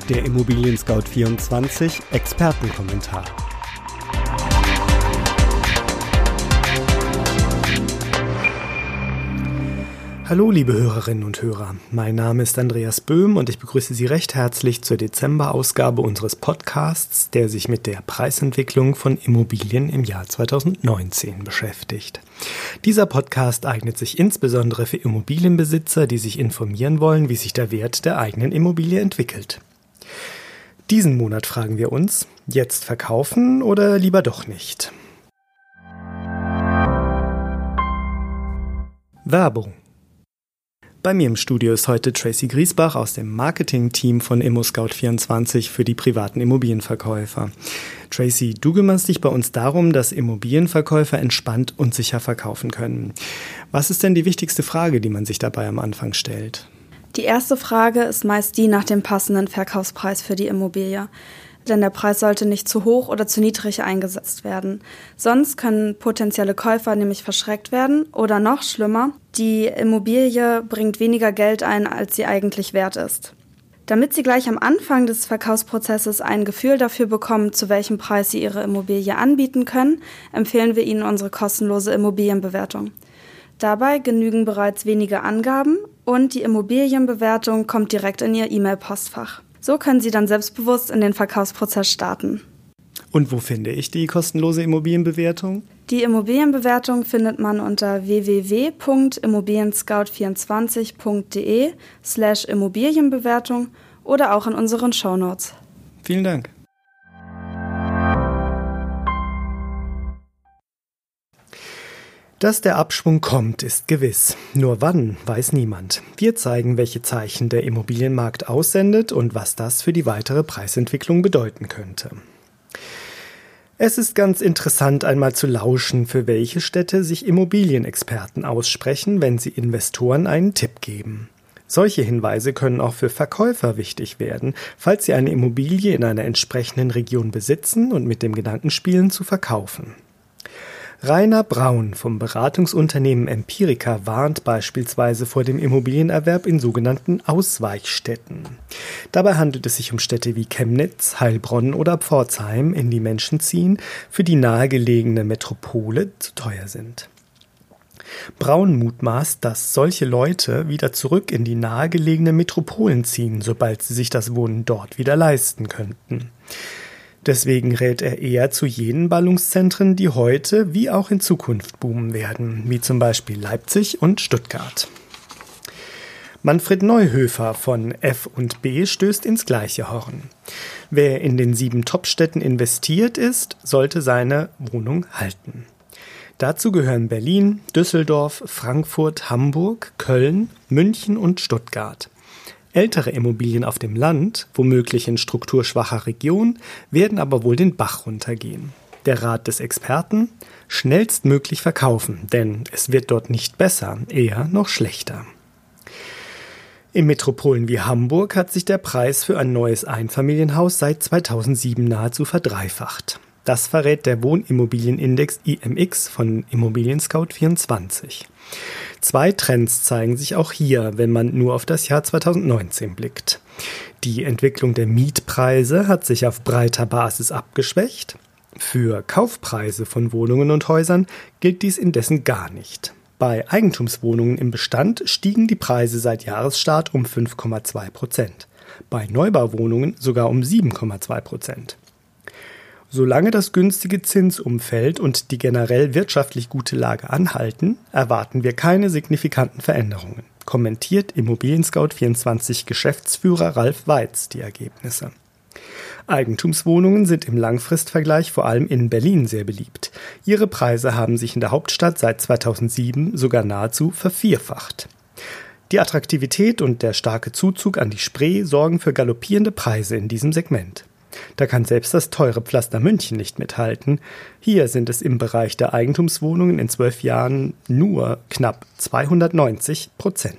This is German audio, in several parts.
Der Immobilien Scout 24 Expertenkommentar. Hallo liebe Hörerinnen und Hörer, mein Name ist Andreas Böhm und ich begrüße Sie recht herzlich zur Dezemberausgabe unseres Podcasts, der sich mit der Preisentwicklung von Immobilien im Jahr 2019 beschäftigt. Dieser Podcast eignet sich insbesondere für Immobilienbesitzer, die sich informieren wollen, wie sich der Wert der eigenen Immobilie entwickelt. Diesen Monat fragen wir uns, jetzt verkaufen oder lieber doch nicht? Werbung. Bei mir im Studio ist heute Tracy Griesbach aus dem Marketing-Team von ImmoScout24 für die privaten Immobilienverkäufer. Tracy, du kümmerst dich bei uns darum, dass Immobilienverkäufer entspannt und sicher verkaufen können. Was ist denn die wichtigste Frage, die man sich dabei am Anfang stellt? Die erste Frage ist meist die nach dem passenden Verkaufspreis für die Immobilie. Denn der Preis sollte nicht zu hoch oder zu niedrig eingesetzt werden. Sonst können potenzielle Käufer nämlich verschreckt werden oder noch schlimmer, die Immobilie bringt weniger Geld ein, als sie eigentlich wert ist. Damit Sie gleich am Anfang des Verkaufsprozesses ein Gefühl dafür bekommen, zu welchem Preis Sie Ihre Immobilie anbieten können, empfehlen wir Ihnen unsere kostenlose Immobilienbewertung. Dabei genügen bereits wenige Angaben und die Immobilienbewertung kommt direkt in Ihr E-Mail-Postfach. So können Sie dann selbstbewusst in den Verkaufsprozess starten. Und wo finde ich die kostenlose Immobilienbewertung? Die Immobilienbewertung findet man unter www.immobilienscout24.de/Immobilienbewertung oder auch in unseren Shownotes. Vielen Dank. Dass der Abschwung kommt, ist gewiss. Nur wann, weiß niemand. Wir zeigen, welche Zeichen der Immobilienmarkt aussendet und was das für die weitere Preisentwicklung bedeuten könnte. Es ist ganz interessant, einmal zu lauschen, für welche Städte sich Immobilienexperten aussprechen, wenn sie Investoren einen Tipp geben. Solche Hinweise können auch für Verkäufer wichtig werden, falls sie eine Immobilie in einer entsprechenden Region besitzen und mit dem Gedanken spielen, zu verkaufen. Rainer Braun vom Beratungsunternehmen Empirica warnt beispielsweise vor dem Immobilienerwerb in sogenannten Ausweichstädten. Dabei handelt es sich um Städte wie Chemnitz, Heilbronn oder Pforzheim, in die Menschen ziehen, für die nahegelegene Metropole zu teuer sind. Braun mutmaßt, dass solche Leute wieder zurück in die nahegelegenen Metropolen ziehen, sobald sie sich das Wohnen dort wieder leisten könnten. Deswegen rät er eher zu jenen Ballungszentren, die heute wie auch in Zukunft boomen werden, wie zum Beispiel Leipzig und Stuttgart. Manfred Neuhöfer von F&B stößt ins gleiche Horn. Wer in den 7 Top-Städten investiert ist, sollte seine Wohnung halten. Dazu gehören Berlin, Düsseldorf, Frankfurt, Hamburg, Köln, München und Stuttgart. Ältere Immobilien auf dem Land, womöglich in strukturschwacher Region, werden aber wohl den Bach runtergehen. Der Rat des Experten: schnellstmöglich verkaufen, denn es wird dort nicht besser, eher noch schlechter. In Metropolen wie Hamburg hat sich der Preis für ein neues Einfamilienhaus seit 2007 nahezu verdreifacht. Das verrät der Wohnimmobilienindex IMX von Immobilien Scout 24. 2 Trends zeigen sich auch hier, wenn man nur auf das Jahr 2019 blickt. Die Entwicklung der Mietpreise hat sich auf breiter Basis abgeschwächt. Für Kaufpreise von Wohnungen und Häusern gilt dies indessen gar nicht. Bei Eigentumswohnungen im Bestand stiegen die Preise seit Jahresstart um 5,2%. Bei Neubauwohnungen sogar um 7,2%. Solange das günstige Zinsumfeld und die generell wirtschaftlich gute Lage anhalten, erwarten wir keine signifikanten Veränderungen, kommentiert Immobilien Scout 24 Geschäftsführer Ralf Weitz die Ergebnisse. Eigentumswohnungen sind im Langfristvergleich vor allem in Berlin sehr beliebt. Ihre Preise haben sich in der Hauptstadt seit 2007 sogar nahezu vervierfacht. Die Attraktivität und der starke Zuzug an die Spree sorgen für galoppierende Preise in diesem Segment. Da kann selbst das teure Pflaster München nicht mithalten. Hier sind es im Bereich der Eigentumswohnungen in 12 Jahren nur knapp 290%.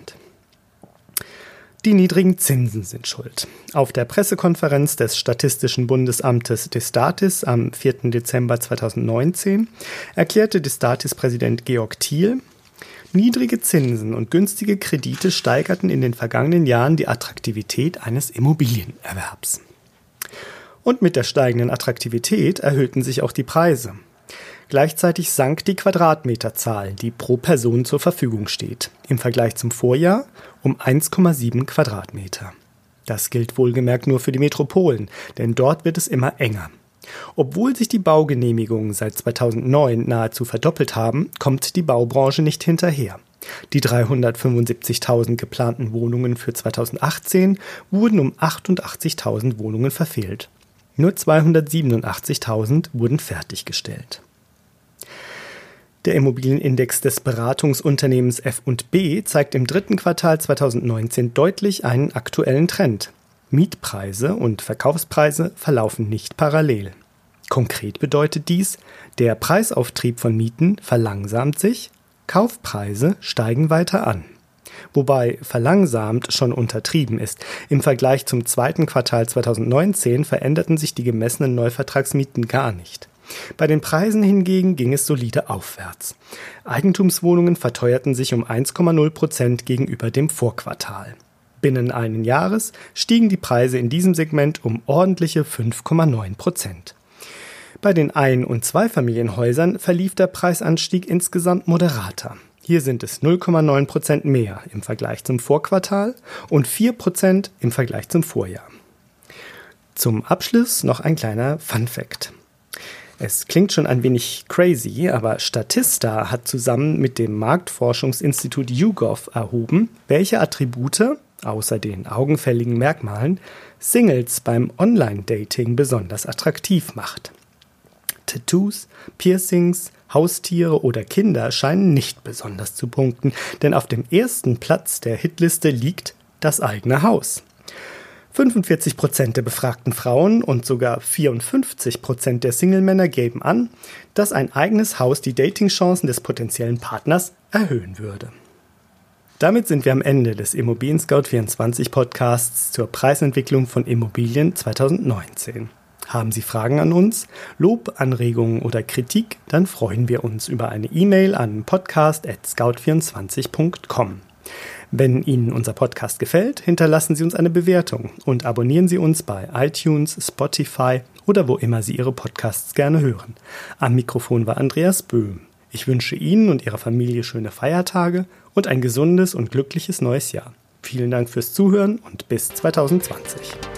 Die niedrigen Zinsen sind schuld. Auf der Pressekonferenz des Statistischen Bundesamtes Destatis am 4. Dezember 2019 erklärte Destatis-Präsident Georg Thiel: Niedrige Zinsen und günstige Kredite steigerten in den vergangenen Jahren die Attraktivität eines Immobilienerwerbs. Und mit der steigenden Attraktivität erhöhten sich auch die Preise. Gleichzeitig sank die Quadratmeterzahl, die pro Person zur Verfügung steht, im Vergleich zum Vorjahr um 1,7 Quadratmeter. Das gilt wohlgemerkt nur für die Metropolen, denn dort wird es immer enger. Obwohl sich die Baugenehmigungen seit 2009 nahezu verdoppelt haben, kommt die Baubranche nicht hinterher. Die 375.000 geplanten Wohnungen für 2018 wurden um 88.000 Wohnungen verfehlt. Nur 287.000 wurden fertiggestellt. Der Immobilienindex des Beratungsunternehmens F&B zeigt im dritten Quartal 2019 deutlich einen aktuellen Trend. Mietpreise und Verkaufspreise verlaufen nicht parallel. Konkret bedeutet dies, der Preisauftrieb von Mieten verlangsamt sich, Kaufpreise steigen weiter an. Wobei verlangsamt schon untertrieben ist. Im Vergleich zum zweiten Quartal 2019 veränderten sich die gemessenen Neuvertragsmieten gar nicht. Bei den Preisen hingegen ging es solide aufwärts. Eigentumswohnungen verteuerten sich um 1,0% gegenüber dem Vorquartal. Binnen eines Jahres stiegen die Preise in diesem Segment um ordentliche 5,9%. Bei den Ein- und Zweifamilienhäusern verlief der Preisanstieg insgesamt moderater. Hier sind es 0,9% mehr im Vergleich zum Vorquartal und 4% im Vergleich zum Vorjahr. Zum Abschluss noch ein kleiner Funfact. Es klingt schon ein wenig crazy, aber Statista hat zusammen mit dem Marktforschungsinstitut YouGov erhoben, welche Attribute, außer den augenfälligen Merkmalen, Singles beim Online-Dating besonders attraktiv macht. Tattoos, Piercings, Haustiere oder Kinder scheinen nicht besonders zu punkten, denn auf dem ersten Platz der Hitliste liegt das eigene Haus. 45% der befragten Frauen und sogar 54% der Single-Männer geben an, dass ein eigenes Haus die Datingchancen des potenziellen Partners erhöhen würde. Damit sind wir am Ende des Immobilien Scout 24 Podcasts zur Preisentwicklung von Immobilien 2019. Haben Sie Fragen an uns, Lob, Anregungen oder Kritik, dann freuen wir uns über eine E-Mail an podcast@scout24.com. Wenn Ihnen unser Podcast gefällt, hinterlassen Sie uns eine Bewertung und abonnieren Sie uns bei iTunes, Spotify oder wo immer Sie Ihre Podcasts gerne hören. Am Mikrofon war Andreas Böhm. Ich wünsche Ihnen und Ihrer Familie schöne Feiertage und ein gesundes und glückliches neues Jahr. Vielen Dank fürs Zuhören und bis 2020.